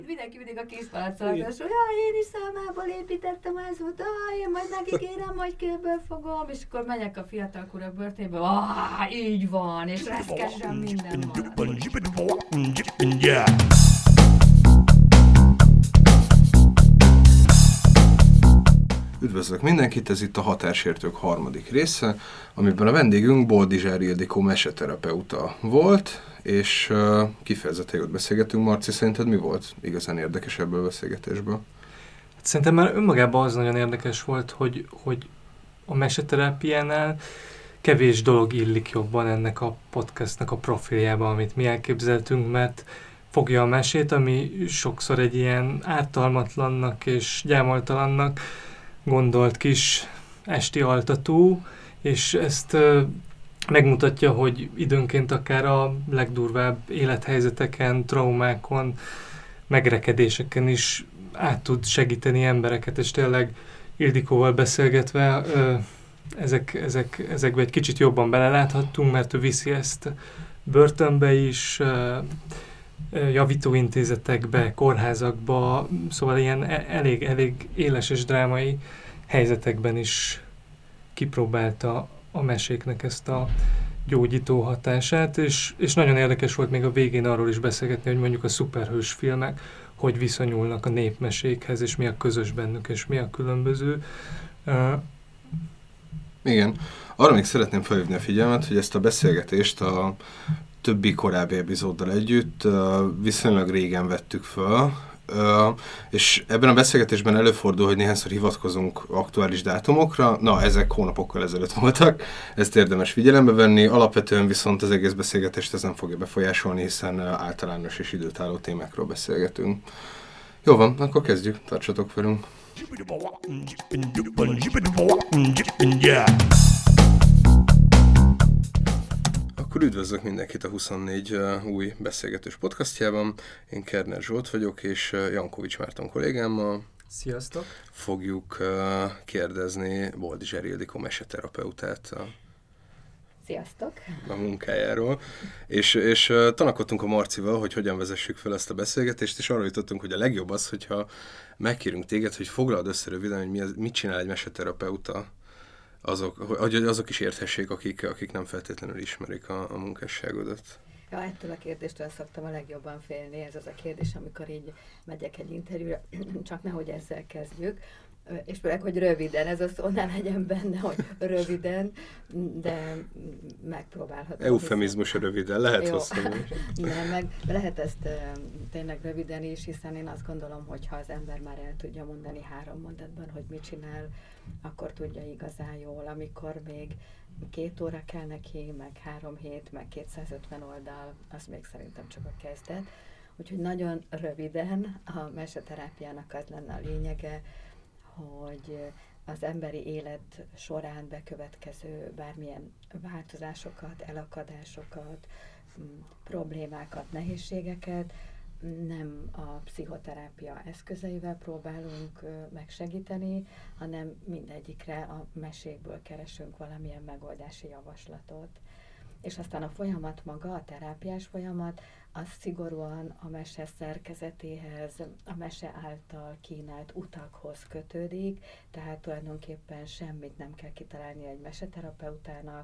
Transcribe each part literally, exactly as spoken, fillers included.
Mindenki mindig a készpálcálatás, hogy jaj, én is számából építettem házat, ah, én majd megígérem, hogy kőből fogom, és akkor megyek a fiatal kura börtönbe, ah, így van, és reszkesen minden marad. Üdvözlök mindenkit, ez itt a Határsértők harmadik része, amiben a vendégünk Boldizsár Ildikó meseterapeuta volt, és uh, kifejezetten jót beszélgetünk. Marci, szerinted mi volt igazán érdekes ebből a beszélgetésből? Szerintem már önmagában az nagyon érdekes volt, hogy, hogy a meseterápiánál kevés dolog illik jobban ennek a podcastnak a profiljába, amit mi elképzeltünk, mert fogja a mesét, ami sokszor egy ilyen ártalmatlannak és gyámoltalannak gondolt kis esti altató, és ezt uh, megmutatja, hogy időnként akár a legdurvább élethelyzeteken, traumákon, megrekedéseken is át tud segíteni embereket, és tényleg Ildikóval beszélgetve uh, ezek, ezek, ezekbe egy kicsit jobban beleláthattunk, mert ő viszi ezt börtönbe is, uh, javítóintézetekbe, kórházakba, szóval ilyen elég, elég éles és drámai helyzetekben is kipróbálta a meséknek ezt a gyógyító hatását, és, és nagyon érdekes volt még a végén arról is beszélgetni, hogy mondjuk a szuperhős filmek hogy viszonyulnak a népmesékhez, és mi a közös bennük, és mi a különböző. Uh, Igen. Arra még szeretném felhívni a figyelmet, hogy ezt a beszélgetést a többi korábbi epizóddal együtt uh, viszonylag régen vettük föl, uh, és ebben a beszélgetésben előfordul, hogy néhányszor hivatkozunk aktuális dátumokra. Na, ezek hónapokkal ezelőtt voltak, ezt érdemes figyelembe venni, alapvetően viszont az egész beszélgetést ez nem fogja befolyásolni, hiszen uh, általános és időtálló témákról beszélgetünk. Jó van, akkor kezdjük, tartsatok velünk! Akkor üdvözlök mindenkit a huszonnégy uh, új beszélgetős podcastjában. Én Kerner Zsolt vagyok, és uh, Jankovics Márton kollégámmal Sziasztok! fogjuk uh, kérdezni Boldizsár Ildikó meseterapeutát a, Sziasztok! a munkájáról. És, és uh, tanakodtunk a Marcival, hogy hogyan vezessük fel ezt a beszélgetést, és arra jutottunk, hogy a legjobb az, hogyha megkérünk téged, hogy foglald össze röviden, hogy mi az, mit csinál egy meseterapeuta, Azok, hogy azok is érthessék, akik, akik nem feltétlenül ismerik a, a munkásságodat. Ja, ettől a kérdéstől szoktam a legjobban félni, ez az a kérdés, amikor így megyek egy interjúra, csak nehogy ezzel kezdjük, és főleg, hogy röviden, ez a szó ne legyen benne, hogy röviden, de megpróbálhatom. Eufemizmus röviden, lehet hosszú. Nem, meg lehet ezt uh, tényleg röviden is, hiszen én azt gondolom, hogy ha az ember már el tudja mondani három mondatban, hogy mit csinál, akkor tudja igazán jól, amikor még két óra kell neki, meg három hét, meg kétszázötven oldal, az még szerintem csak a kezdet. Úgyhogy nagyon röviden a meseterápiának az lenne a lényege, hogy az emberi élet során bekövetkező bármilyen változásokat, elakadásokat, problémákat, nehézségeket nem a pszichoterápia eszközeivel próbálunk megsegíteni, hanem mindegyikre a mesékből keresünk valamilyen megoldási javaslatot. És aztán a folyamat maga, a terápiás folyamat, az szigorúan a mese szerkezetéhez, a mese által kínált utakhoz kötődik, tehát tulajdonképpen semmit nem kell kitalálni egy meseterapeutának,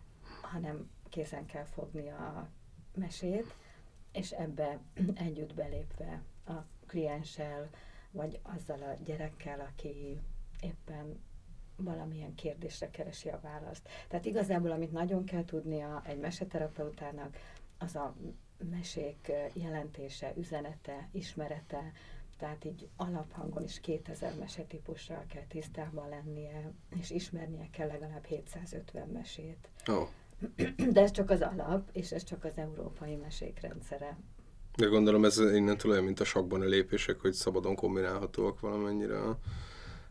hanem kézen kell fogni a mesét, és ebbe együtt belépve a klienssel, vagy azzal a gyerekkel, aki éppen valamilyen kérdésre keresi a választ. Tehát igazából, amit nagyon kell tudnia egy meseterapeutának, az a mesék jelentése, üzenete, ismerete, tehát így alaphangon is kétezer mesetípussal kell tisztában lennie, és ismernie kell legalább hétszázötven mesét. Oh. De ez csak az alap, és ez csak az európai mesék rendszere. De gondolom ez innentől olyan, mint a sakkban a lépések, hogy szabadon kombinálhatóak valamennyire a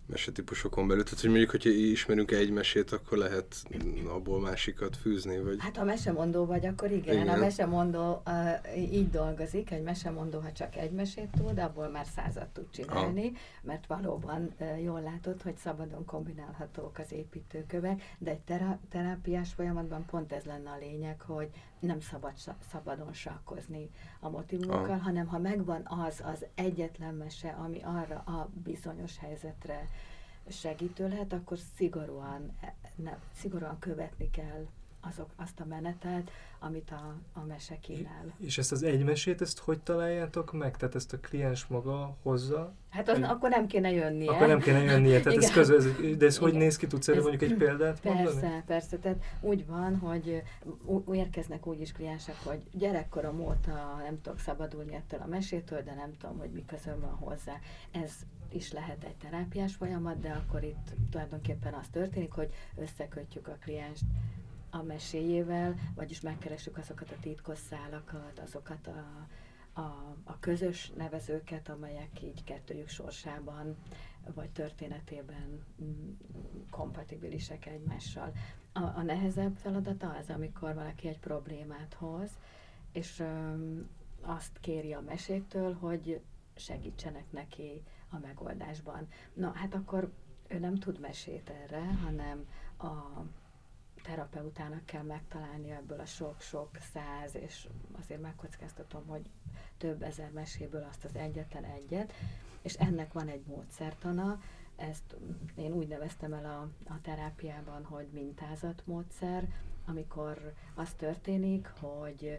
mesetípusokon belül. Tehát, hogy mondjuk, hogyha ismerünk egy mesét, akkor lehet abból másikat fűzni, vagy... Hát ha mesemondó vagy, akkor igen. igen. A mesemondó uh, így dolgozik, egy mesemondó, ha csak egy mesét tud, abból már százat tud csinálni, ah. mert valóban uh, jól látod, hogy szabadon kombinálhatók az építőkövek, de egy terá- terápiás folyamatban pont ez lenne a lényeg, hogy nem szabad szabadon sakkozni a motivumokkal, ah. hanem ha megvan az az egyetlen mese, ami arra a bizonyos helyzetre segítő lehet, akkor szigorúan, ne, szigorúan követni kell azok, azt a menetet, amit a, a mese kínál. És ezt az egy mesét, ezt hogy találjátok meg? Tehát ezt a kliens maga hozza? Hát az, akkor nem kéne jönnie. Akkor nem kéne jönnie, tehát ez közül, ez, de ez igen. Hogy néz ki? Tudsz erre mondjuk egy példát persze, mondani? Persze, persze. Tehát úgy van, hogy érkeznek úgy is kliensek, hogy gyerekkorom óta nem tudok szabadulni ettől a mesétől, de nem tudom, hogy mi közön van hozzá. Ez is lehet egy terápiás folyamat, de akkor itt tulajdonképpen az történik, hogy összekötjük a klienst a meséjével, vagyis megkeressük azokat a titkos szálakat, azokat a, a, a közös nevezőket, amelyek így kettőjük sorsában vagy történetében kompatibilisek egymással. A, a nehezebb feladata az, amikor valaki egy problémát hoz, és öm, azt kéri a meséktől, hogy segítsenek neki a megoldásban. Na, hát akkor ő nem tud mesét erre, hanem a terapeutának kell megtalálni ebből a sok-sok száz, és azért megkockáztatom, hogy több ezer meséből azt az egyetlen egyet, és ennek van egy módszertana, ezt én úgy neveztem el a, a terápiában, hogy mintázatmódszer, amikor az történik, hogy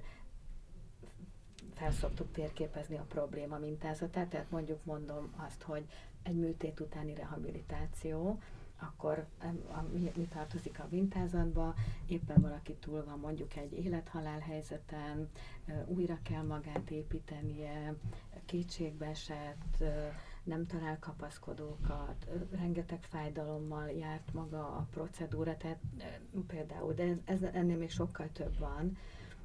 felszoktuk térképezni a probléma mintázatát, tehát mondjuk mondom azt, hogy egy műtét utáni rehabilitáció, akkor a, mi, mi tartozik a mintázatba, éppen valaki túl van mondjuk egy élethalál helyzeten, újra kell magát építenie, kétségbe esett, nem talál kapaszkodókat, rengeteg fájdalommal járt maga a procedúra, tehát például, de ez, ennél még sokkal több van,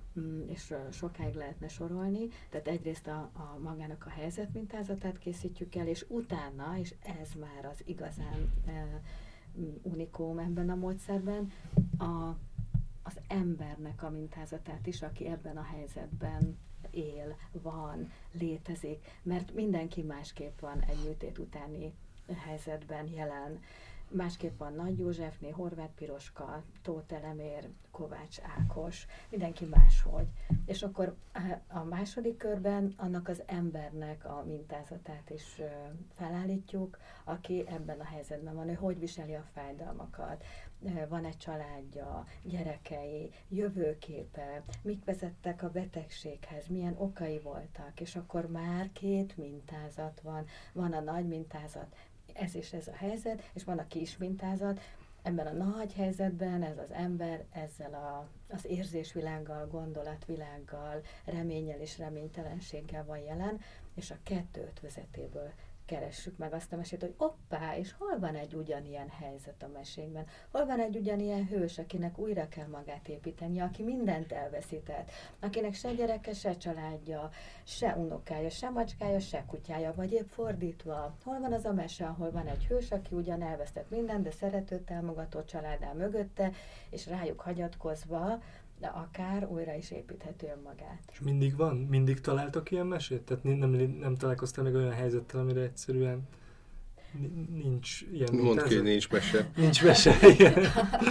és sokáig lehetne sorolni, tehát egyrészt a, a magának a helyzetmintázatát készítjük el, és utána, és ez már az igazán e, unikum ebben a módszerben, a, az embernek a mintázatát is, aki ebben a helyzetben él, van, létezik, mert mindenki másképp van egy műtét utáni helyzetben jelen. Másképp van Nagy Józsefné, Horváth Piroska, Tóth Elemér, Kovács Ákos, mindenki máshogy. És akkor a második körben annak az embernek a mintázatát is felállítjuk, aki ebben a helyzetben van, ő hogy viseli a fájdalmakat, van egy családja, gyerekei, jövőképe, mik vezettek a betegséghez, milyen okai voltak, és akkor már két mintázat van, van a nagy mintázat, ez és ez a helyzet, és van a kis mintázat. Ebben a nagy helyzetben ez az ember ezzel a, az érzésvilággal, gondolatvilággal, reménnyel és reménytelenséggel van jelen, és a kettő ötvözetéből keressük meg azt a mesét, hogy oppá, és hol van egy ugyanilyen helyzet a mesékben? Hol van egy ugyanilyen hős, akinek újra kell magát építeni, aki mindent elveszített, akinek se gyereke, se családja, se unokája, se macskája, se kutyája, vagy épp fordítva. Hol van az a mese, ahol van egy hős, aki ugyan elvesztett mindent, de szerető, támogató család áll mögötte, és rájuk hagyatkozva, de akár újra is építheti önmagát. És mindig van? Mindig találtok ilyen mesét? Tehát nem, nem találkoztál meg olyan helyzettel, amire egyszerűen nincs ilyen... Mondd ki, hogy nincs mese. Nincs mese, igen.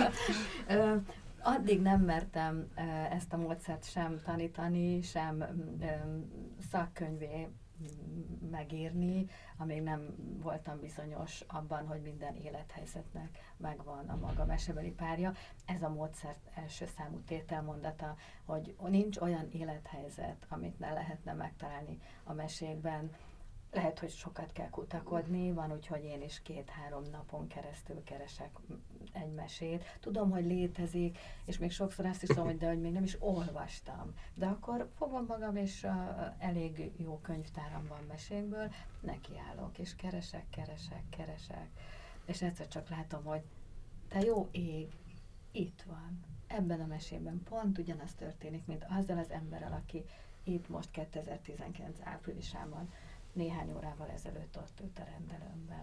Addig nem mertem ezt a módszert sem tanítani, sem szakkönyvé megírni, amíg nem voltam bizonyos abban, hogy minden élethelyzetnek megvan a maga mesebeli párja. Ez a módszer első számú tételmondata, hogy nincs olyan élethelyzet, amit ne lehetne megtalálni a mesékben. Lehet, hogy sokat kell kutakodni, van úgy, hogy én is két-három napon keresztül keresek egy mesét. Tudom, hogy létezik, és még sokszor azt is tudom, hogy de hogy még nem is olvastam. De akkor fogom magam, és uh, elég jó könyvtáram van mesékből, nekiállok, és keresek, keresek, keresek. És egyszer csak látom, hogy te jó ég, itt van. Ebben a mesében pont ugyanaz történik, mint azzal az emberrel, aki itt most kétezer-tizenkilenc áprilisában néhány órával ezelőtt ott ült a rendelőmben.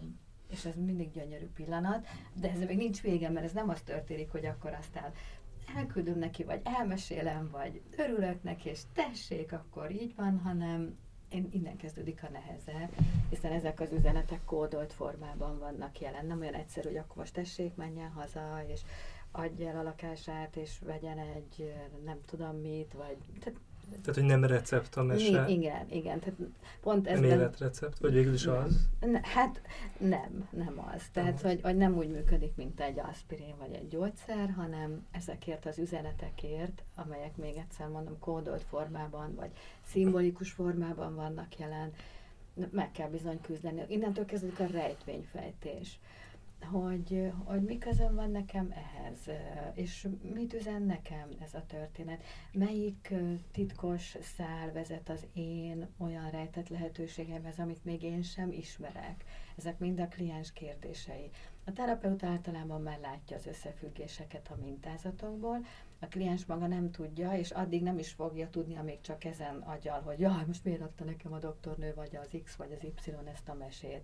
és ez mindig gyönyörű pillanat, de ez még nincs vége, mert ez nem az történik, hogy akkor aztán elküldöm neki, vagy elmesélem, vagy örülök neki, és tessék, akkor így van, hanem én innen kezdődik a neheze, hiszen ezek az üzenetek kódolt formában vannak jelen. Nem olyan egyszerű, hogy akkor most tessék, menjen haza, és adj el a lakását, és vegyen egy nem tudom mit, vagy... Tehát, tehát hogy nem recept a mese? Igen, igen. Tehát pont ez nem életrecept? Vagy végül is nem. az? Ne, hát nem, nem az. Tehát, hogy, hogy nem úgy működik, mint egy aspirin vagy egy gyógyszer, hanem ezekért az üzenetekért, amelyek még egyszer mondom, kódolt formában, vagy szimbolikus formában vannak jelen, meg kell bizony küzdeni. Innentől kezdődik a rejtvényfejtés. Hogy, hogy mi közön van nekem ehhez, és mit üzen nekem ez a történet. Melyik titkos szál vezet az én olyan rejtett lehetőségemhez, amit még én sem ismerek. Ezek mind a kliens kérdései. A terapeuta általában már látja az összefüggéseket a mintázatokból, a kliens maga nem tudja, és addig nem is fogja tudni, amíg csak ezen agyal, hogy jaj, most miért adta nekem a doktornő, vagy az X, vagy az Y ezt a mesét.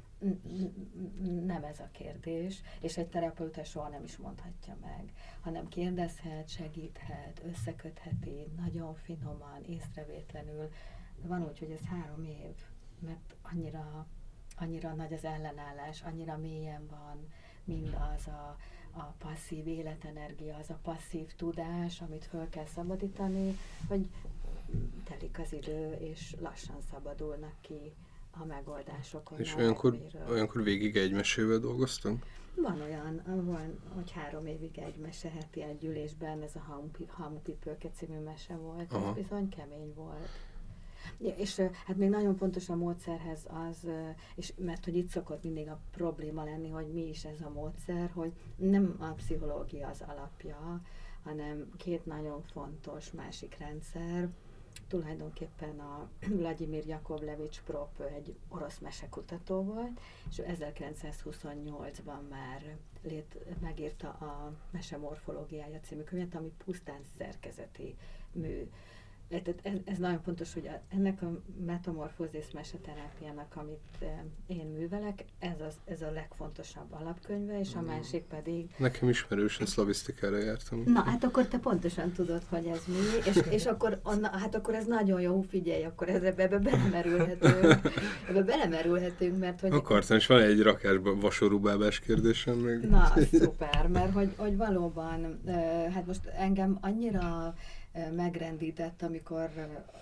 Nem ez a kérdés, és egy terapeuta soha nem is mondhatja meg, hanem kérdezhet, segíthet, összekötheti, nagyon finoman, észrevétlenül. Van úgy, hogy ez három év, mert annyira, annyira nagy az ellenállás, annyira mélyen van mindaz a, a passzív életenergia, az a passzív tudás, amit föl kell szabadítani, hogy telik az idő, és lassan szabadulnak ki a megoldásokon. És olyankor, olyankor végig egy mesével dolgoztunk? Van olyan, van, hogy három évig egy mese heti egy ülésben, ez a Hamupipőke című mese volt, Aha. ez bizony kemény volt. Ja, és hát még nagyon fontos a módszerhez az, és mert hogy itt szokott mindig a probléma lenni, hogy mi is ez a módszer, hogy nem a pszichológia az alapja, hanem két nagyon fontos másik rendszer. Tulajdonképpen a Vladimir Jakovlevics Prop egy orosz mesekutató volt, és ezerkilencszázhuszonnyolcban már lét, megírta a Mesemorfológiája című könyvet, ami pusztán szerkezeti mű. Tehát ez, ez nagyon fontos, hogy a, ennek a metamorfózis meseterápiának, amit én művelek, ez, az, ez a legfontosabb alapkönyve, és a másik pedig... Nekem ismerősen szlavisztikára jártam. Na, hát akkor te pontosan tudod, hogy ez mi, és, és akkor, na, hát akkor ez nagyon jó, figyelj, akkor ez, ebbe, ebbe belemerülhetünk, ebbe belemerülhetünk, mert hogy... Akartam, és van egy rakásban vasorúbábás kérdésem még. Na, szuper, mert hogy, hogy valóban, hát most engem annyira megrendített, amikor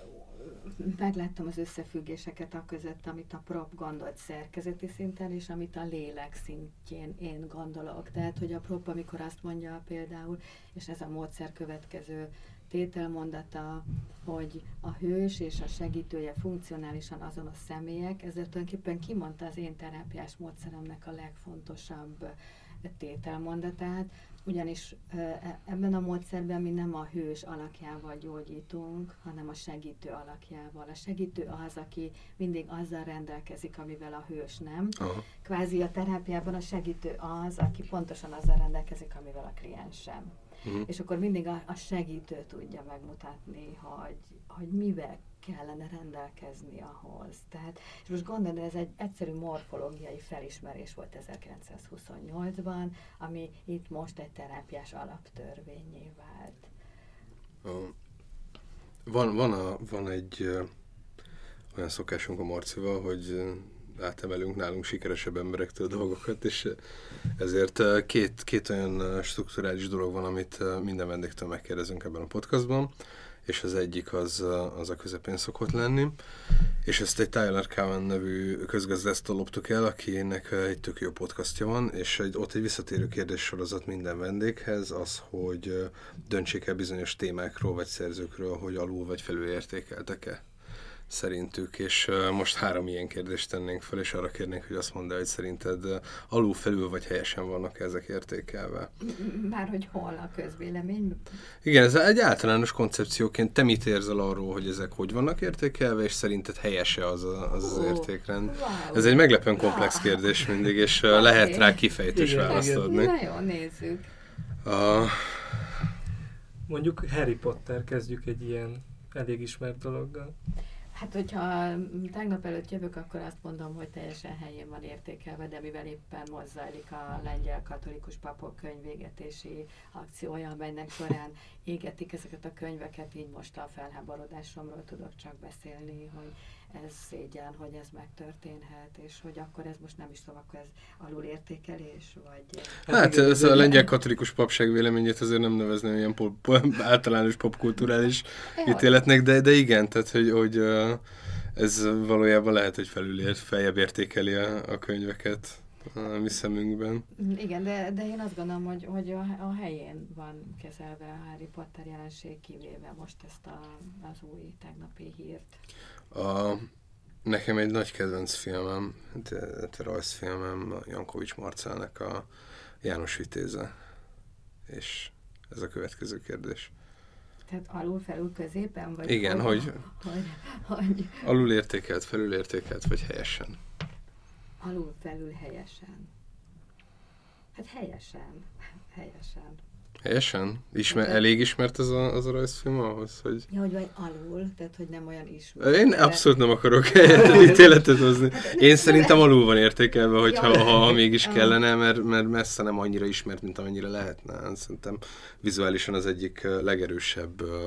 megláttam az összefüggéseket a között, amit a prop gondolt szerkezeti szinten, és amit a lélek szintjén én gondolok. Tehát, hogy a prop, amikor azt mondja például, és ez a módszer következő tételmondata, hogy a hős és a segítője funkcionálisan azonos személyek, ezért tulajdonképpen kimondta az én terápiás módszeremnek a legfontosabb tételmondatát, ugyanis ebben a módszerben mi nem a hős alakjával gyógyítunk, hanem a segítő alakjával. A segítő az, aki mindig azzal rendelkezik, amivel a hős nem. Aha. Kvázi a terápiában a segítő az, aki pontosan azzal rendelkezik, amivel a kliens sem. Uh-huh. És akkor mindig a, a segítő tudja megmutatni, hogy, hogy mivel kellene rendelkezni ahhoz. Tehát, és most gondolod, ez egy egyszerű morfológiai felismerés volt ezerkilencszázhuszonnyolcban, ami itt most egy terápiás alaptörvénnyé vált. Uh, van, van, a, van egy uh, olyan szokásunk a Marcival, hogy uh, átemelünk nálunk sikeresebb emberektől dolgokat, és ezért két, két olyan strukturális dolog van, amit minden vendégtől megkérdezünk ebben a podcastban, és az egyik az, az a közepén szokott lenni, és ezt egy Tyler Cowen nevű közgazdásztól loptuk el, akinek egy tök jó podcastja van, és egy, ott egy visszatérő kérdéssorozat minden vendéghez, az, hogy döntsék el bizonyos témákról vagy szerzőkről, hogy alul vagy felül értékeltek-e szerintük, és uh, most három ilyen kérdést tennénk fel, és arra kérnénk, hogy azt mondd el, hogy szerinted uh, alul, felül vagy helyesen vannak ezek értékelve. Már hogy hol a közvélemény? Igen, ez egy általános koncepcióként. Te mit érzel arról, hogy ezek hogy vannak értékelve, és szerinted helyese az a, az, az értékrend? Wow. Ez egy meglepően komplex wow. kérdés mindig, és uh, okay. lehet rá kifejtős választ adni. Na jó, nézzük. Uh, Mondjuk Harry Potter, kezdjük egy ilyen elég ismert dologgal. Hát, hogyha tegnap előtt jövök, akkor azt mondom, hogy teljesen helyén van értékelve, de mivel éppen most zajlik a lengyel katolikus papok könyvégetési akciója, amelynek során égetik ezeket a könyveket, így most a felháborodásomról tudok csak beszélni, hogy ez szégyen, hogy ez megtörténhet, és hogy akkor ez most nem is tudom, akkor ez alulértékelés, vagy... Hát ez a lengyel katolikus papság véleményét azért nem nevezném ilyen pop, pop, általános popkulturális ítéletnek, de, de igen, tehát hogy, hogy ez valójában lehet, hogy felülért, feljebb értékeli a, a könyveket a mi szemünkben. Igen, de, de én azt gondolom, hogy, hogy a, a helyén van kezelve a Harry Potter jelenség, kivéve most ezt a, az új tegnapi hírt. A, nekem egy nagy kedvenc filmem, de, de rajzfilmem, a Jankovics Marcelnek a János Vitéze. És ez a következő kérdés. Tehát alul, felül, középen? Vagy igen, hol, hogy, hogy, hogy alul értékelt, felül értékelt, vagy helyesen. Alul, felül, helyesen. Hát helyesen. Helyesen. Helyesen? Ismer, elég ismert az a, az a rajzfilm ahhoz, hogy... Ja, hogy vagy alul, tehát hogy nem olyan ismert. Én abszolút nem akarok ítéletet hozni. Én szerintem alul van értékelve, hogyha ja, ha, ha mégis kellene, mert, mert messze nem annyira ismert, mint amennyire lehetne. Szerintem vizuálisan az egyik legerősebb uh,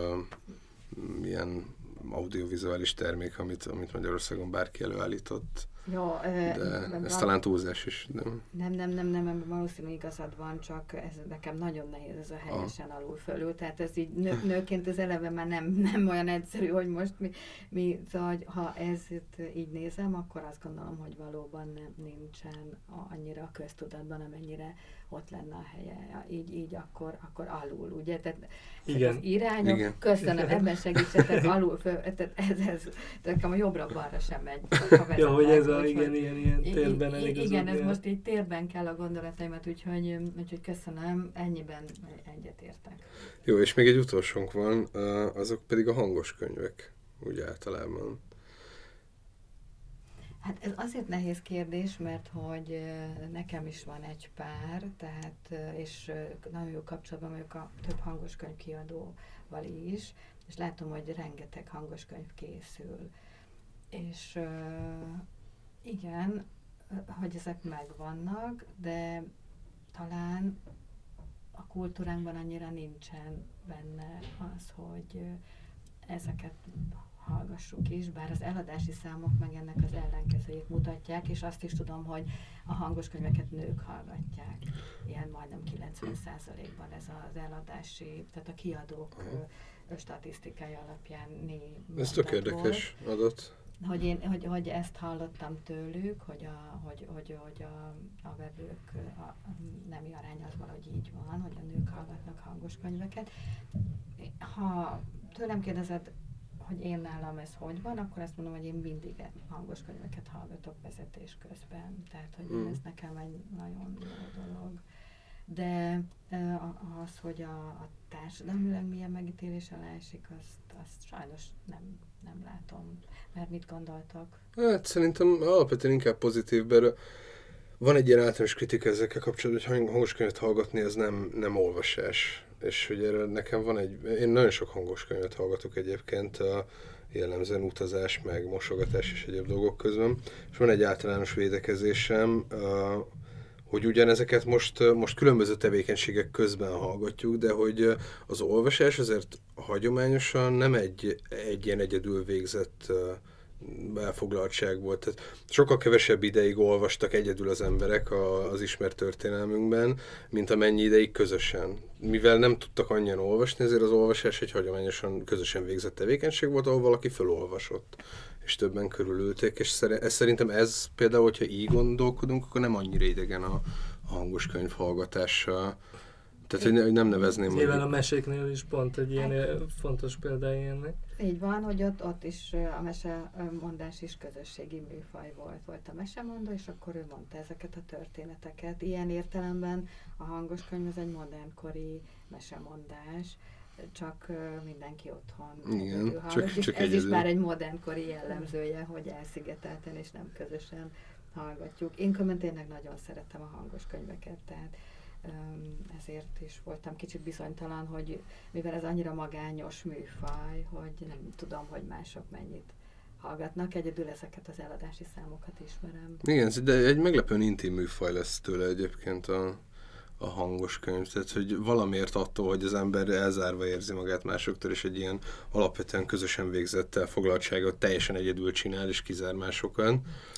ilyen audiovizuális termék, amit, amit Magyarországon bárki előállított. Jó, de nem, ez talán túlzás is. Nem, nem, nem, nem, nem valószínű igazad van, csak ez nekem nagyon nehéz ez a helyesen ah. alul fölül, tehát ez így nő, nőként az eleve már nem, nem olyan egyszerű, hogy most mi, mi szóval, hogy ha ez így nézem, akkor azt gondolom, hogy valóban nem, nincsen annyira a köztudatban, amennyire ott lenne a helye. Így, így akkor, akkor alul, ugye? Tehát igen. Az irányok, igen. Köszönöm, ebben segítsetek, alul, föl, tehát ez, ez, nekem a jobbra-balra sem megy. Ja, hogy ez a, igen, ilyen, ilyen térben eligazodni. Igen, ez most így térben kell a gondolataimat, úgyhogy, úgyhogy köszönöm, ennyiben egyetértek. Jó, és még egy utolsónk van, azok pedig a hangos könyvek, úgy általában. Hát ez azért nehéz kérdés, mert hogy nekem is van egy pár, tehát, és nagyon jó kapcsolatban vagyok a több hangos könyv kiadóval is, és látom, hogy rengeteg hangos könyv készül. És igen, hogy ezek megvannak, de talán a kultúránkban annyira nincsen benne az, hogy ezeket hallgassuk is, bár az eladási számok meg ennek az ellenkezőjét mutatják, és azt is tudom, hogy a hangos könyveket nők hallgatják. Ilyen majdnem kilencven százalékban ez az eladási, tehát a kiadók uh-huh. statisztikai alapján né. Ez tök érdekes adat. Hogy, én, hogy, hogy ezt hallottam tőlük, hogy a, hogy, hogy, hogy a, a vevők a nemi arány az valahogy így van, hogy a nők hallgatnak hangos könyveket. Ha tőlem kérdezed, hogy én nálam ez hogy van, akkor azt mondom, hogy én mindig hangos könyveket hallgatok vezetés közben. Tehát, hogy mm. ez nekem egy nagyon jó dolog. De az, hogy a, a társadalmilag milyen megítélés alá esik, azt, azt sajnos nem, nem látom. Mert mit gondoltak? Hát szerintem alapvetően inkább pozitív, mert van egy ilyen általános kritika ezekkel kapcsolatban, hogy hangos könyvet hallgatni, ez nem, nem olvasás. És ugye nekem van egy, én nagyon sok hangos könyvet hallgatok egyébként, a jellemzően utazás, meg mosogatás és egyéb dolgok közben, és van egy általános védekezésem, hogy ugyanezeket most, most különböző tevékenységek közben hallgatjuk, de hogy az olvasás azért hagyományosan nem egy, egy ilyen egyedül végzett elfoglaltság volt. Tehát sokkal kevesebb ideig olvastak egyedül az emberek az ismert történelmünkben, mint amennyi ideig közösen. Mivel nem tudtak annyian olvasni, ezért az olvasás egy hagyományosan közösen végzett tevékenység volt, ahol valaki felolvasott, és többen körülülték, és ez, szerintem ez például, hogyha így gondolkodunk, akkor nem annyira idegen a, a hangos könyv hallgatása. Tehát, hogy nem nevezném. Nyilván a meséknél is pont egy ilyen hát, fontos példája ennek. Így van, hogy ott, ott is a mesemondás is közösségi műfaj volt. Volt a mesemondó, és akkor ő mondta ezeket a történeteket. Ilyen értelemben a hangos könyv az egy modernkori mesemondás, csak mindenki otthon. Igen, csak, csak ez is már egy modernkori jellemzője, hogy elszigetelten és nem közösen hallgatjuk. Én különben tényleg nagyon szeretem a hangos könyveket, tehát ezért is voltam kicsit bizonytalan, hogy mivel ez annyira magányos műfaj, hogy nem tudom, hogy mások mennyit hallgatnak. Egyedül ezeket az eladási számokat ismerem. Igen, de egy meglepően intim műfaj lesz tőle egyébként a, a hangos könyv, tehát hogy valamiért attól, hogy az ember elzárva érzi magát másoktól, és egy ilyen alapvetően közösen végzett elfoglaltságot teljesen egyedül csinál, és kizár másokat.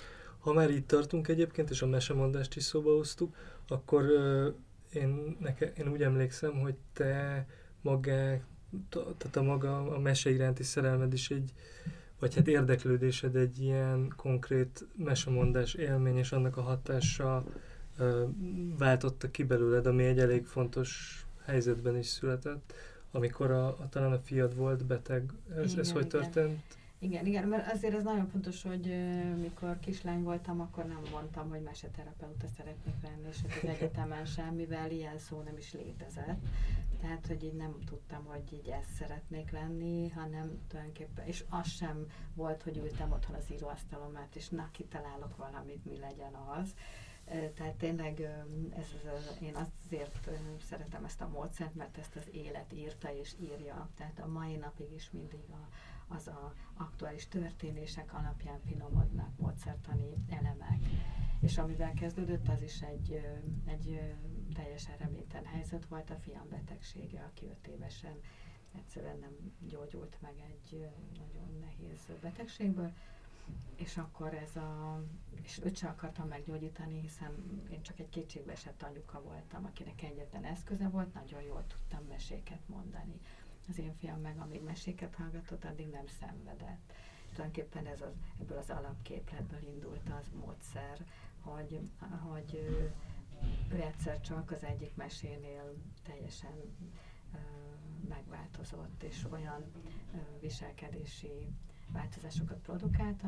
Ha már itt tartunk egyébként, és a mesemondást is szóba hoztuk, akkor uh, én, neke, én úgy emlékszem, hogy te magá, tehát a maga a mese iránti szerelmed is egy, vagy hát érdeklődésed egy ilyen konkrét mesemondás élmény, és annak a hatása uh, váltotta ki belőled, ami egy elég fontos helyzetben is született, amikor a, a, talán a fiad volt beteg. Ez, igen, ez hogy igen. történt? Igen, igen, mert azért ez nagyon fontos, hogy uh, mikor kislány voltam, akkor nem mondtam, hogy meseterapeuta szeretnék lenni, és az egyetemen sem, mivel ilyen szó nem is létezett. Tehát, hogy így nem tudtam, hogy így ezt szeretnék lenni, hanem tulajdonképpen, és az sem volt, hogy ültem otthon az íróasztalomát, és na, kitalálok valamit, mi legyen az. Tehát tényleg ez, én azért szeretem ezt a módszert, mert ezt az élet írta és írja. Tehát a mai napig is mindig a, az a aktuális történések alapján finomodnak módszertani elemek. És amivel kezdődött, az is egy, egy teljesen reménytelen helyzet volt, a fiam betegsége, aki öt évesen egyszerűen nem gyógyult meg egy nagyon nehéz betegségből. És akkor ez a... és őt sem akartam meggyógyítani, hiszen én csak egy kétségbeesett anyuka voltam, akinek egyetlen eszköze volt, nagyon jól tudtam meséket mondani. Az én fiam meg, amíg meséket hallgatott, addig nem szenvedett. Tulajdonképpen ez az, ebből az alapképletből indult az módszer, hogy, hogy ő, ő egyszer csak az egyik mesénél teljesen uh, megváltozott, és olyan uh, viselkedési változásokat produkált,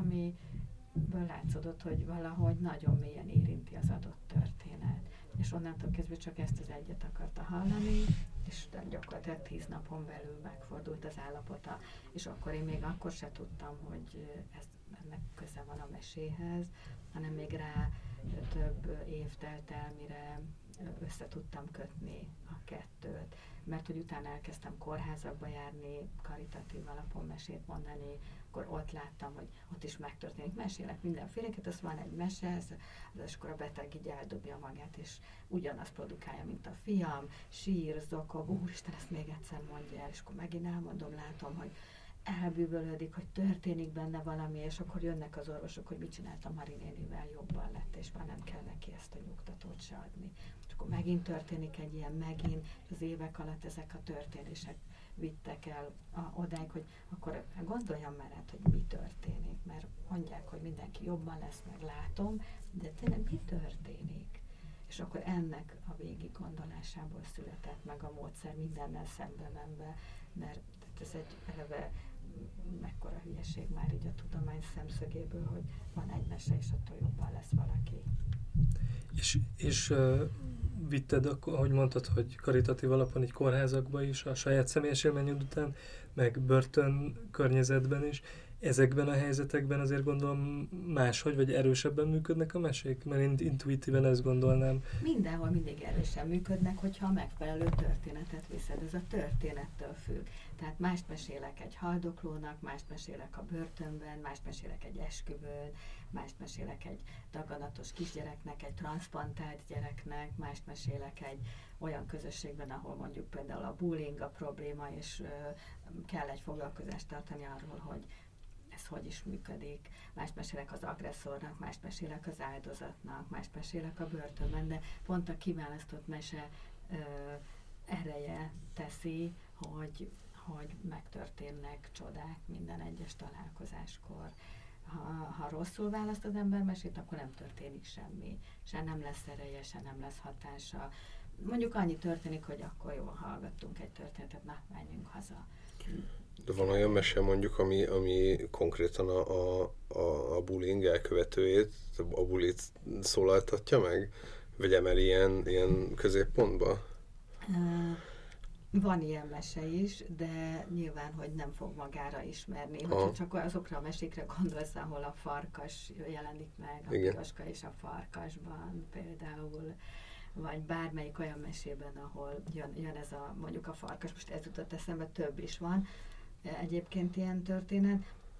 amiből látszódott, hogy valahogy nagyon mélyen érinti az adott történet. És onnantól kezdve csak ezt az egyet akarta hallani, és gyakorlatilag tíz napon belül megfordult az állapota. És akkor én még akkor se tudtam, hogy ez, ennek köze van a meséhez, hanem még rá több év telt el, mire össze tudtam kötni a kettőt. Mert hogy utána elkezdtem kórházakba járni, karitatív alapon mesét mondani, akkor ott láttam, hogy ott is megtörténik. Mesélek mindenféleket, az van egy mese, ez, és akkor a beteg így eldobja magát, és ugyanazt produkálja, mint a fiam, sír, zokog, úristen, ezt még egyszer mondja el, és akkor megint elmondom, látom, hogy elbűvölődik, hogy történik benne valami, és akkor jönnek az orvosok, hogy mit csináltam Mari nénivel, jobban lett, és már nem kell neki ezt a nyugtatót se adni. És akkor megint történik egy ilyen, megint, az évek alatt ezek a történések vittek el a, odáig, hogy akkor gondoljam már át, hogy mi történik, mert mondják, hogy mindenki jobban lesz, meg látom, de tényleg mi történik? És akkor ennek a végig gondolásából született meg a módszer mindennel szembe menve, mert ez egy eleve mekkora hülyeség már így a tudomány szemszögéből, hogy van egy mese, és attól jobban lesz valaki. És, és uh, vitted, akkor, ahogy mondtad, hogy karitatív alapon így kórházakba is, a saját személyes élményed után, meg börtön környezetben is. Ezekben a helyzetekben azért gondolom máshogy, vagy erősebben működnek a mesék? Mert én intuitíven ezt gondolnám. Mindenhol mindig erősen működnek, hogyha a megfelelő történetet viszed. Ez a történettől függ. Tehát mást mesélek egy haldoklónak, mást mesélek a börtönben, mást mesélek egy esküvőn, mást mesélek egy daganatos kisgyereknek, egy transzplantált gyereknek, mást mesélek egy olyan közösségben, ahol mondjuk például a bullying a probléma, és ö, kell egy foglalkozást tartani arról, hogy ez hogy is működik. Mást mesélek az agresszornak, mást mesélek az áldozatnak, mást mesélek a börtönben, de pont a kiválasztott mese ö, ereje teszi, hogy, hogy megtörténnek csodák minden egyes találkozáskor. Ha, ha rosszul választ az ember mesét, akkor nem történik semmi. Se nem lesz ereje, se nem lesz hatása. Mondjuk annyi történik, hogy akkor jól hallgattunk egy történetet, na, menjünk haza. De van olyan mese mondjuk, ami, ami konkrétan a, a, a, a bullying elkövetőjét, a bullit szólaltatja meg? Vagy emel ilyen, ilyen középpontba? Van ilyen mese is, de nyilván, hogy nem fog magára ismerni. Hogyha csak azokra a mesékre gondolsz, ahol a farkas jelenik meg, a piroska és a farkasban például, vagy bármelyik olyan mesében, ahol jön, jön ez a, mondjuk a farkas, most ez jutott eszembe, több is van egyébként ilyen történet,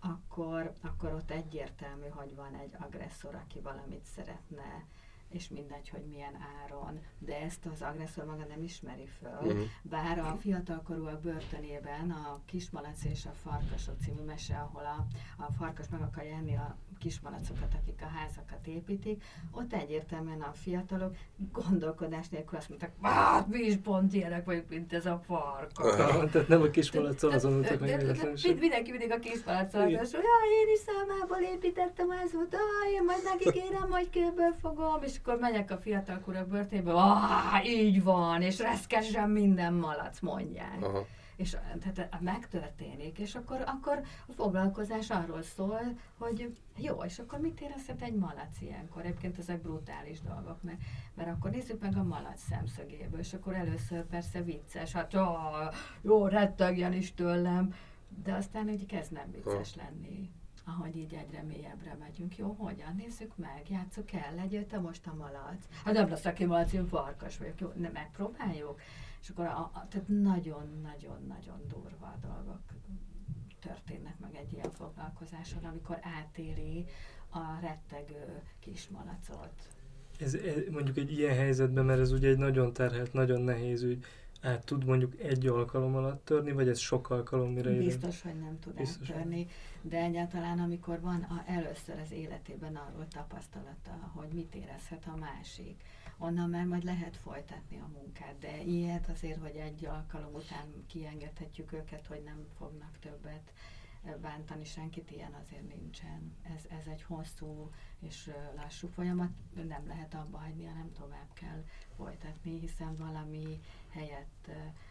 akkor, akkor ott egyértelmű, hogy van egy agresszor, aki valamit szeretne, és mindegy, hogy milyen áron, de ezt az agresszor maga nem ismeri föl, uh-huh. bár a fiatalkorúak börtönében a Kismalac és a Farkasok című mese, ahol a, a farkas meg akarja enni a kismalacokat, akik a házakat építik, ott egyértelműen a fiatalok gondolkodás nélkül azt mondták, hát mi is pont ilyenek vagyunk, mint ez a farkas. Uh-huh. Tehát nem a kismalaccal azonultak meg véletlenül sem. Mindenki mindig a kismalaccal, és hogy én is számából építettem a házat, én majd megígérem, hogy kőből fogom, és akkor megyek a fiatalkorúak börtönbe, ah, így van, és reszkesen minden malac, mondják. Aha. És tehát megtörténik, és akkor, akkor a foglalkozás arról szól, hogy jó, és akkor mit érezhet egy malac ilyenkor? Egyébként ezek brutális dolgok, mert, mert akkor nézzük meg a malac szemszögéből, és akkor először persze vicces, hát jó, rettegjen is tőlem, de aztán úgy kezd nem vicces lenni. Ahogy így egyre mélyebbre megyünk. Jó, hogyan? Nézzük meg, játsszuk el, legyél te most a malac. Hát nem lesz, aki malac, én farkas vagyok. Jó, ne, megpróbáljuk? És akkor a, a, tehát nagyon-nagyon-nagyon durva dolgok történnek meg egy ilyen foglalkozáson, amikor átéli a rettegő kismalacot. Ez, ez mondjuk egy ilyen helyzetben, mert ez ugye egy nagyon terhelt, nagyon nehéz ügy, át tud mondjuk egy alkalom alatt törni, vagy ez sok alkalom mire jön? Biztos, hogy nem tud áttörni, de egyáltalán amikor van a, először az életében arról tapasztalata, hogy mit érezhet a másik, onnan már majd lehet folytatni a munkát, de ilyet azért, hogy egy alkalom után kiengedhetjük őket, hogy nem fognak többet bántani senkit, ilyen azért nincsen. Ez, ez egy hosszú és lassú folyamat, nem lehet abba hagyni, hanem tovább kell folytatni, hiszen valami helyett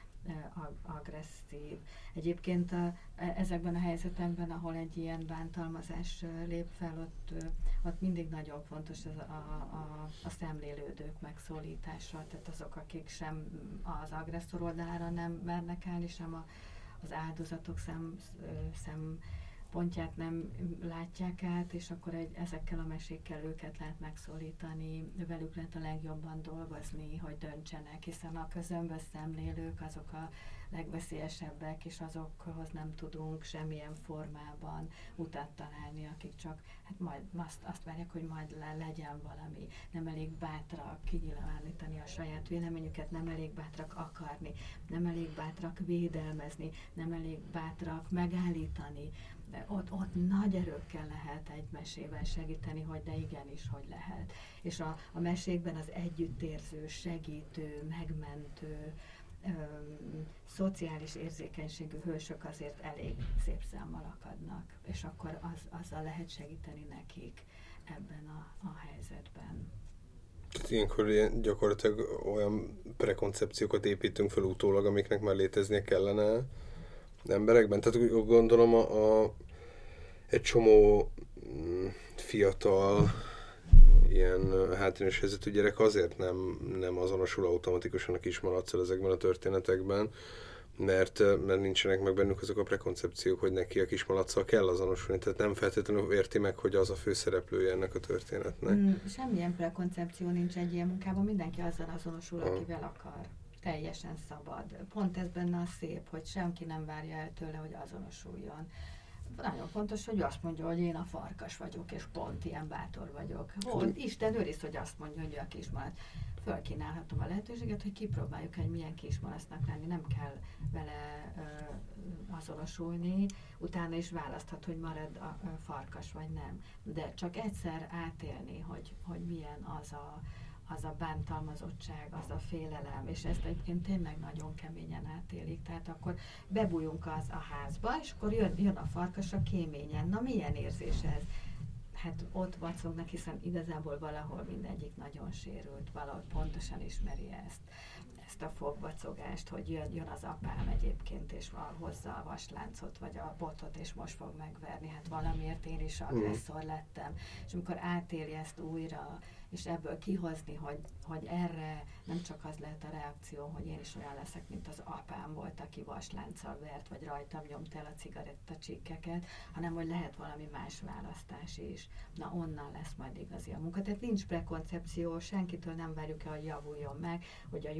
agresszív. Egyébként a, ezekben a helyzetekben, ahol egy ilyen bántalmazás lép fel, ott, ott mindig nagyon fontos az, a, a, a szemlélődők megszólítása, tehát azok, akik sem az agresszor oldalára nem mernek állni, sem a az áldozatok szem, szempontját nem látják át, és akkor egy, ezekkel a mesékkel őket lehet megszólítani, velük lehet a legjobban dolgozni, hogy döntsenek, hiszen a közömbös szemlélők azok a legveszélyesebbek, és azokhoz nem tudunk semmilyen formában utat találni, akik csak hát majd azt, azt várják, hogy majd le, legyen valami. Nem elég bátrak kinyilvánítani a saját véleményüket, nem elég bátrak akarni, nem elég bátrak védelmezni, nem elég bátrak megállítani. De ott, ott nagy erőkkel lehet egy mesével segíteni, hogy de igenis, hogy lehet. És a, a mesékben az együttérző, segítő, megmentő, Öm, szociális érzékenységű hősök azért elég szép számmal akadnak, és akkor az, azzal lehet segíteni nekik ebben a, a helyzetben. Tehát ilyenkor ilyen, gyakorlatilag olyan prekoncepciókat építünk fel utólag, amiknek már léteznie kellene emberekben. Tehát gondolom a, a, egy csomó fiatal ilyen hátrányos helyzetű gyerek azért nem, nem azonosul automatikusan a kismalacsal ezekben a történetekben, mert, mert nincsenek meg bennük azok a prekoncepciók, hogy neki a kismalacsal kell azonosulni, tehát nem feltétlenül érti meg, hogy az a főszereplője ennek a történetnek. Mm, semmilyen prekoncepció nincs egy ilyen munkában, mindenki azzal azonosul, ha. akivel akar. Teljesen szabad. Pont ez benne a szép, hogy senki nem várja el tőle, hogy azonosuljon. Nagyon fontos, hogy azt mondja, hogy én a farkas vagyok, és pont ilyen bátor vagyok. Hol, Isten őriz, hogy azt mondja, hogy ő a kismalac. Fölkínálhatom a lehetőséget, hogy kipróbáljuk egy milyen kismalacnak lenni, nem kell vele ö, azonosulni, utána is választhat, hogy marad a, a farkas vagy nem. De csak egyszer átélni, hogy, hogy milyen az a az a bántalmazottság, az a félelem, és ezt egyébként tényleg nagyon keményen átélik. Tehát akkor bebújunk az a házba, és akkor jön, jön a farkas a kéményen. Na milyen érzés ez? Hát ott vacognak, hiszen igazából valahol mindegyik nagyon sérült, valahol pontosan ismeri ezt, ezt a fogvacogást, hogy jön, jön az apám egyébként, és hozza a vasláncot, vagy a botot, és most fog megverni. Hát valamiért én is agresszor lettem. És amikor átéli ezt újra, és ebből kihozni, hogy, hogy erre nem csak az lehet a reakció, hogy én is olyan leszek, mint az apám volt, aki vaslánccal vert, vagy rajtam nyomta el a cigarettacsíkkeket, hanem hogy lehet valami más választás is. Na onnan lesz majd igazi a munka. Tehát nincs prekoncepció, senkitől nem várjuk el, hogy javuljon meg, hogy a jó, jó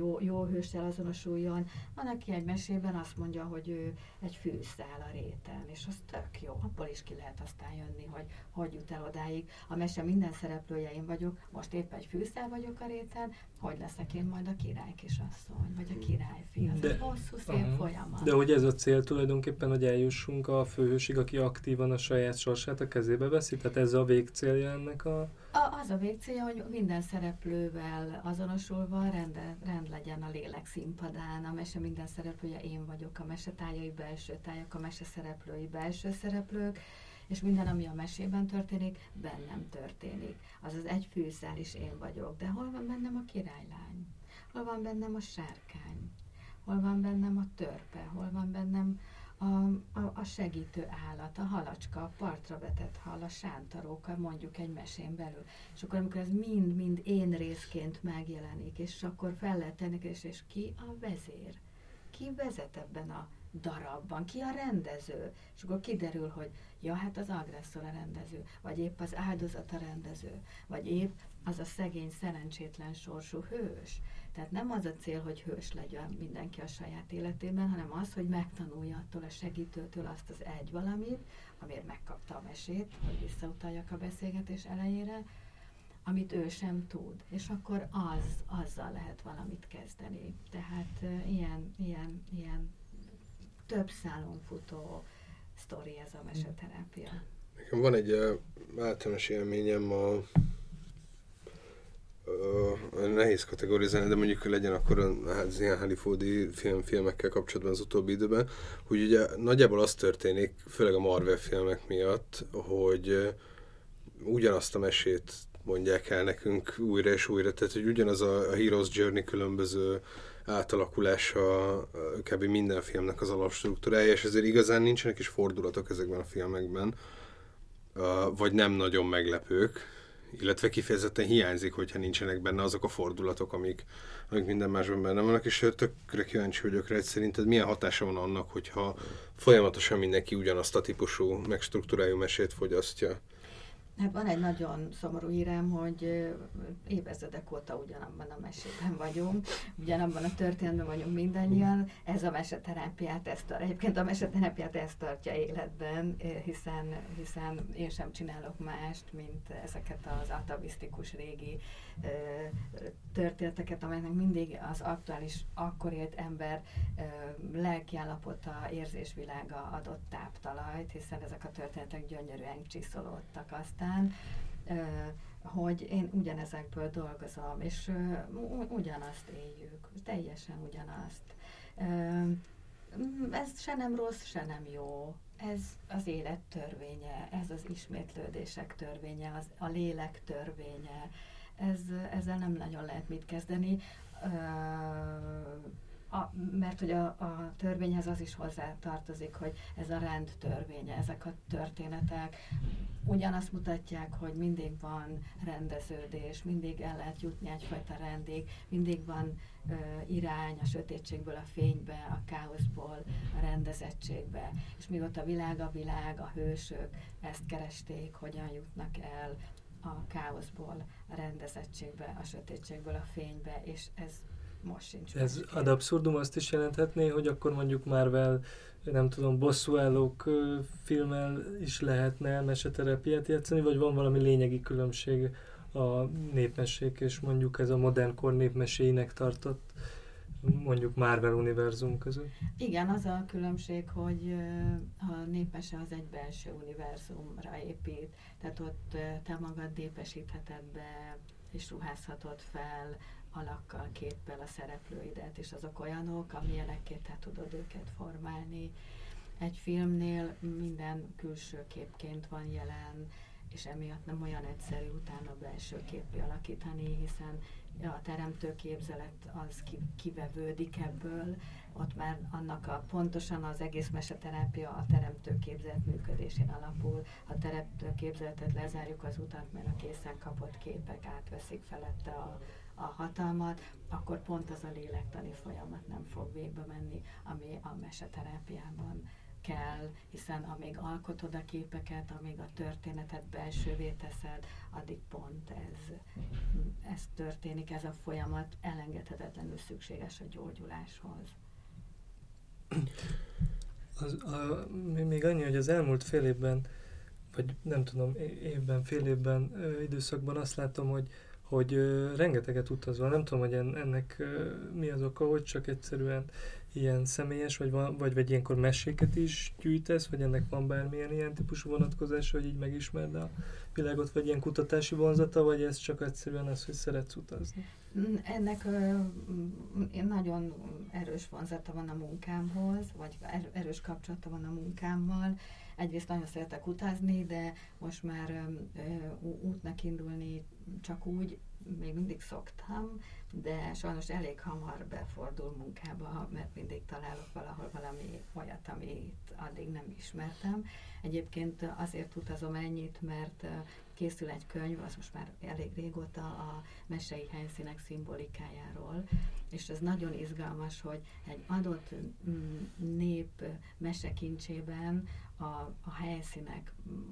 jó hőssel azonosuljon. Van, aki egy mesében azt mondja, hogy ő egy fűszál a réten, és az tök jó, abból is ki lehet aztán jönni, hogy hogy jut el odáig. A mese minden szereplője én vagyok, most épp egy fűszál vagyok a réten, hogy leszek én majd a király kisasszony, vagy a királyfi. Az egy hosszú, szép uh-huh. folyamat. De hogy ez a cél tulajdonképpen, hogy eljussunk a főhősig, aki aktívan a saját sorsát a kezébe veszi? Tehát ez a végcélja ennek a... a az a végcélja, hogy minden szereplővel azonosulva rend, rend legyen a lélek színpadán. A mese minden szereplője én vagyok, a mese tájai belső tájak, a mese szereplői belső szereplők, és minden, ami a mesében történik, bennem történik. Azaz egy fűszál is én vagyok, de hol van bennem a királylány? Hol van bennem a sárkány? Hol van bennem a törpe? Hol van bennem a, a, a segítő állat, a halacska, a partra vetett hal, a sántaróka, mondjuk egy mesén belül. És akkor, amikor ez mind-mind én részként megjelenik, és akkor fel lehet tenni, és, és ki a vezér? Ki vezet ebben a darabban? Ki a rendező? És akkor kiderül, hogy ja, hát az agresszor a rendező, vagy épp az áldozat a rendező, vagy épp az a szegény, szerencsétlen sorsú hős. Tehát nem az a cél, hogy hős legyen mindenki a saját életében, hanem az, hogy megtanulja attól a segítőtől azt az egy valamit, amiért megkapta a mesét, hogy visszautaljak a beszélgetés elejére, amit ő sem tud, és akkor az, azzal lehet valamit kezdeni. Tehát uh, ilyen, ilyen, ilyen több szálon futó sztori ez a meseterápia. Nekem van egy uh, általános élményem a uh, nehéz kategorizálni, de mondjuk legyen akkor hát, az ilyen hollywoodi film, filmekkel kapcsolatban az utóbbi időben, hogy ugye nagyjából az történik, főleg a Marvel filmek miatt, hogy uh, ugyanazt a mesét mondják el nekünk újra és újra, tehát hogy ugyanaz a, a Hero's Journey különböző átalakulása kb. Minden filmnek az alapstruktúrája, és ezért igazán nincsenek is fordulatok ezekben a filmekben, vagy nem nagyon meglepők, illetve kifejezetten hiányzik, hogyha nincsenek benne azok a fordulatok, amik, amik minden másban benne vannak, és tökre kíváncsi vagyok rá, hogy szerinted milyen hatása van annak, hogyha folyamatosan mindenki ugyanazt a típusú, megstruktúrájú mesét fogyasztja. Hát van egy nagyon szomorú hírem, hogy évezredek óta ugyanabban a mesében vagyunk, ugyanabban a történetben vagyunk mindannyian, ez a meseterápiát ezt tartja. Egyébként a meseterápiát ezt tartja életben, hiszen, hiszen én sem csinálok mást, mint ezeket az atavisztikus régi történeteket, amelynek mindig az aktuális, akkor élt ember lelkiállapota, érzésvilága adott táptalajt, hiszen ezek a történetek gyönyörűen csiszolódtak aztán, hogy én ugyanezekből dolgozom, és ugyanazt éljük, teljesen ugyanazt. Ez se nem rossz, se nem jó. Ez az élet törvénye, ez az ismétlődések törvénye, az, a lélek törvénye. Ez, ezzel nem nagyon lehet mit kezdeni, a, mert hogy a, a törvényhez az is hozzá tartozik, hogy ez a rend törvénye, ezek a történetek ugyanazt mutatják, hogy mindig van rendeződés, mindig el lehet jutni egyfajta rendig, mindig van ö, irány a sötétségből a fénybe, a káoszból a rendezettségbe, és mióta a világ a világ, a hősök ezt keresték, hogyan jutnak el a káoszból a rendezettségbe, a sötétségből a fénybe, és ez most sincs. Ez ad abszurdum azt is jelenthetné, hogy akkor mondjuk Marvel, nem tudom, bosszúállók filmmel is lehetne meseterápiát játszani, vagy van valami lényegi különbség a népmesék és mondjuk ez a modern kor népmeséinek tartott mondjuk Marvel univerzum között? Igen, az a különbség, hogy a népmese az egy belső univerzumra épít, tehát ott te magad népesítheted be, és ruházhatod fel alakkal, képpel a szereplőidet, és azok olyanok, amilyenekké te tudod őket formálni. Egy filmnél minden külső képként van jelen, és emiatt nem olyan egyszerű utána belső képpé alakítani, hiszen a teremtő képzelet az kivevődik ebből, ott már annak a pontosan az egész meseterápia a teremtő képzelet működésén alapul. Ha teremtő képzeletet lezárjuk az utat, mert a készen kapott képek átveszik felette a, a hatalmat, akkor pont az a lélektani folyamat nem fog végbe menni, ami a meseterápiában kell, hiszen amíg alkotod a képeket, amíg a történetet belsővé teszed, addig pont ez, ez történik, ez a folyamat elengedhetetlenül szükséges a gyógyuláshoz. Az, a, még annyi, hogy az elmúlt fél évben, vagy nem tudom, évben, fél évben, ö, időszakban azt látom, hogy, hogy ö, rengeteget utazol. Nem tudom, hogy en, ennek ö, mi az oka, hogy csak egyszerűen ilyen személyes, vagy, van, vagy, vagy ilyenkor meséket is gyűjtesz, vagy ennek van bármilyen ilyen típusú vonatkozása, hogy így megismerd a világot, vagy ilyen kutatási vonzata, vagy ez csak egyszerűen az, hogy szeretsz utazni? Ennek ö, nagyon erős vonzata van a munkámhoz, vagy erős kapcsolata van a munkámmal. Egyrészt nagyon szeretek utazni, de most már ö, ö, útnak indulni csak úgy, még mindig szoktam, de sajnos elég hamar befordul munkába, mert mindig találok valahol valami olyat, amit addig nem ismertem. Egyébként azért utazom ennyit, mert készül egy könyv, az most már elég régóta a mesei helyszínek szimbolikájáról, és ez nagyon izgalmas, hogy egy adott nép mesekincsében a, a helyszínek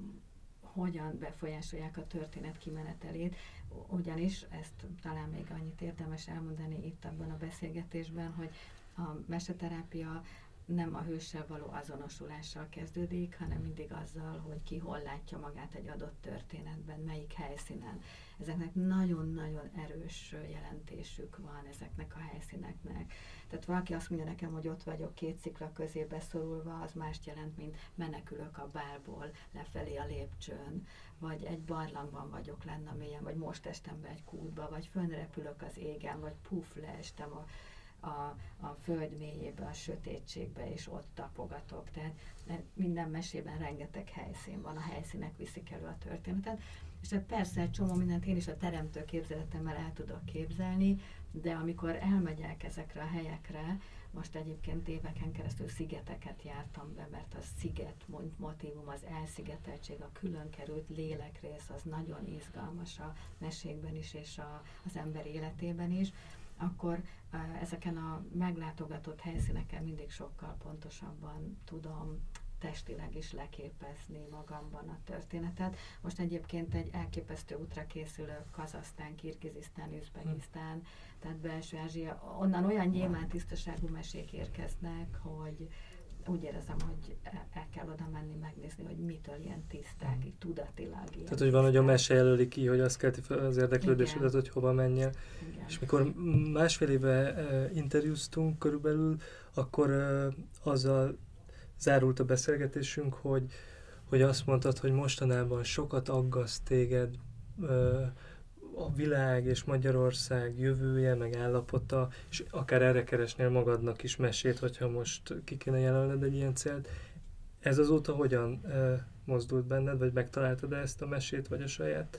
hogyan befolyásolják a történet kimenetelét, ugyanis ezt talán még annyit érdemes elmondani itt abban a beszélgetésben, hogy a meseterápia nem a hőssel való azonosulással kezdődik, hanem mindig azzal, hogy ki hol látja magát egy adott történetben, melyik helyszínen. Ezeknek nagyon-nagyon erős jelentésük van ezeknek a helyszíneknek. Tehát valaki azt mondja nekem, hogy ott vagyok két szikla közé beszorulva, az mást jelent, mint menekülök a bálból lefelé a lépcsőn, vagy egy barlangban vagyok lenne mélyen, vagy most estem be egy kútba, vagy fönrepülök az égen, vagy puf, leestem a A, a föld mélyébe, a sötétségbe, és ott tapogatok. Tehát minden mesében rengeteg helyszín van, a helyszínek viszik elő a történetet. És hát persze egy csomó mindent én is a teremtő képzeletemmel el tudok képzelni, de amikor elmegyek ezekre a helyekre, most egyébként éveken keresztül szigeteket jártam be, mert a sziget motívum, az elszigeteltség, a külön került lélekrész, az nagyon izgalmas a mesékben is, és a, az ember életében is, akkor uh, ezeken a meglátogatott helyszíneken mindig sokkal pontosabban tudom testileg is leképezni magamban a történetet. Most egyébként egy elképesztő útra készülök, Kazahsztán, Kirgizisztán, Üzbegisztán, hmm. tehát belső Ázsia, onnan olyan gyémánt tisztaságú mesék érkeznek, hogy úgy érzem, hogy el kell oda menni, megnézni, hogy mitől ilyen tiszták, mm. így tudatilag. Ilyen Tehát, hogy van, hogy a mese jelöli ki, hogy azt kelti fel az érdeklődésedet, hogy hova menjél. Igen. És mikor másfél éve uh, interjúztunk körülbelül, akkor uh, azzal zárult a beszélgetésünk, hogy, hogy azt mondtad, hogy mostanában sokat aggaszt téged uh, a világ és Magyarország jövője, meg állapota, és akár erre keresnél magadnak is mesét, hogyha most ki kéne jelölned egy ilyen célt. Ez azóta hogyan uh, mozdult benned, vagy megtaláltad ezt a mesét, vagy a saját,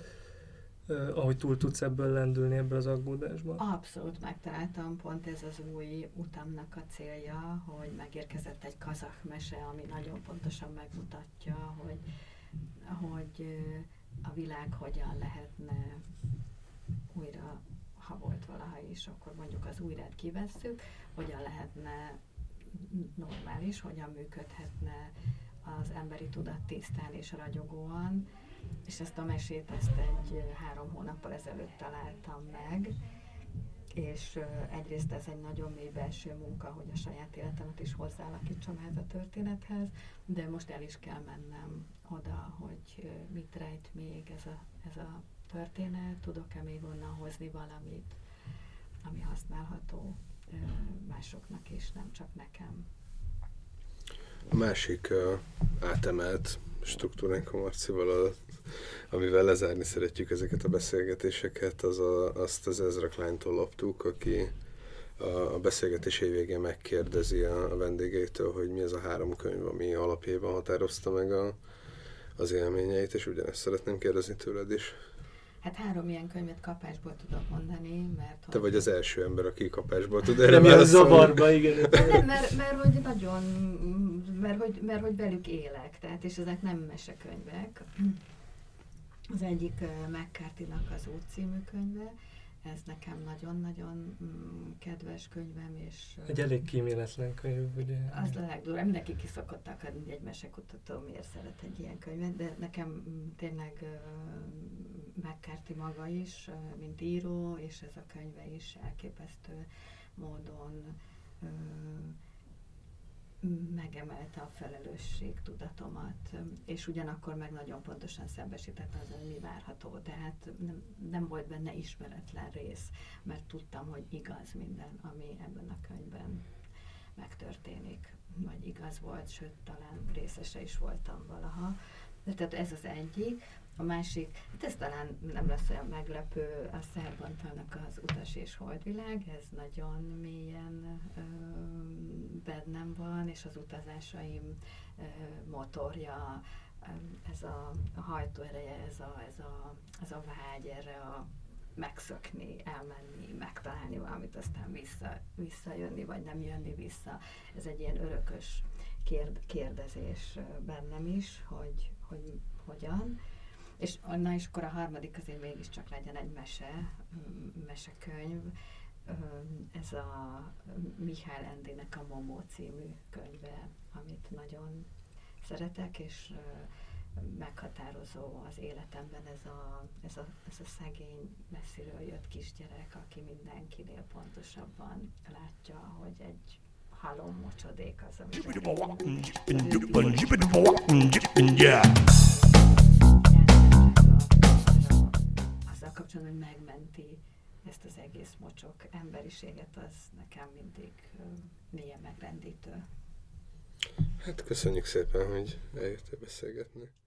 uh, ahogy túl tudsz ebből lendülni, ebből az aggódásból? Abszolút megtaláltam, pont ez az új utamnak a célja, hogy megérkezett egy kazah mese, ami nagyon pontosan megmutatja, hogy, hogy uh, a világ hogyan lehetne újra, ha volt valaha is, akkor mondjuk az újrát kivesszük, hogyan lehetne normális, hogyan működhetne az emberi tudat tisztán és ragyogóan, és ezt a mesét ezt egy három hónappal ezelőtt találtam meg, és egyrészt ez egy nagyon mély belső munka, hogy a saját életemet is hozzáalakítsam ehhez a történethez, de most el is kell mennem oda, hogy mit rejt még ez a, ez a történet, tudok-e még onnan hozni valamit, ami használható másoknak is, nem csak nekem. A másik uh, átemelt struktúránk a Marcival, amivel lezárni szeretjük ezeket a beszélgetéseket, az a, azt az Ezra Kleintól loptuk, aki a, a beszélgetés végén megkérdezi a, a vendégeitől, hogy mi az a három könyv, ami alapjában határozta meg a, az élményeit, és ugyanezt szeretném kérdezni tőled is. Hát három ilyen könyvet kapásból tudok mondani, mert... Te vagy az első ember, aki kapásból tud erre válaszolni. Nem zavarba, igen. Nem, mert, mert hogy nagyon, mert hogy, mert hogy velük élek, tehát és ezek nem mesekönyvek. Az egyik uh, McCarthy-nak az Út című könyve, ez nekem nagyon-nagyon mm, kedves könyvem, és... Egy elég kíméletlen könyv, ugye? Az a legdurvább. Mindenki ki szokott akadni, hogy egy mesekutató miért szeret egy ilyen könyvet, de nekem mm, tényleg uh, McCarthy maga is, uh, mint író, és ez a könyve is elképesztő módon uh, megemelte a felelősségtudatomat, és ugyanakkor meg nagyon pontosan szembesítette azzal, hogy mi várható. Tehát nem, nem volt benne ismeretlen rész, mert tudtam, hogy igaz minden, ami ebben a könyvben megtörténik. Vagy igaz volt, sőt, talán részese is voltam valaha. De tehát ez az egyik. A másik, hát ez talán nem lesz olyan meglepő, a Szerbantalnak az Utas és Holdvilág, ez nagyon mélyen ö, bennem van, és az utazásaim ö, motorja, ö, ez a, a hajtóereje, ez a, ez, a, ez a vágy erre a megszökni, elmenni, megtalálni valamit, aztán vissza, visszajönni, vagy nem jönni vissza. Ez egy ilyen örökös kérd, kérdezés bennem is, hogy, hogy hogyan. És na és akkor a harmadik azért mégiscsak legyen egy mese, mesekönyv. Ez a Mihály Endinek a Momó című könyve, amit nagyon szeretek, és meghatározó az életemben ez a, ez a, ez a szegény, messziről jött kisgyerek, aki mindenkinél pontosabban látja, hogy egy halom mocsodék az, amit azzal kapcsolatban, hogy megmenti ezt az egész mocsok emberiséget, az nekem mindig mélyen megrendítő. Hát köszönjük szépen, hogy eljöttél beszélgetni.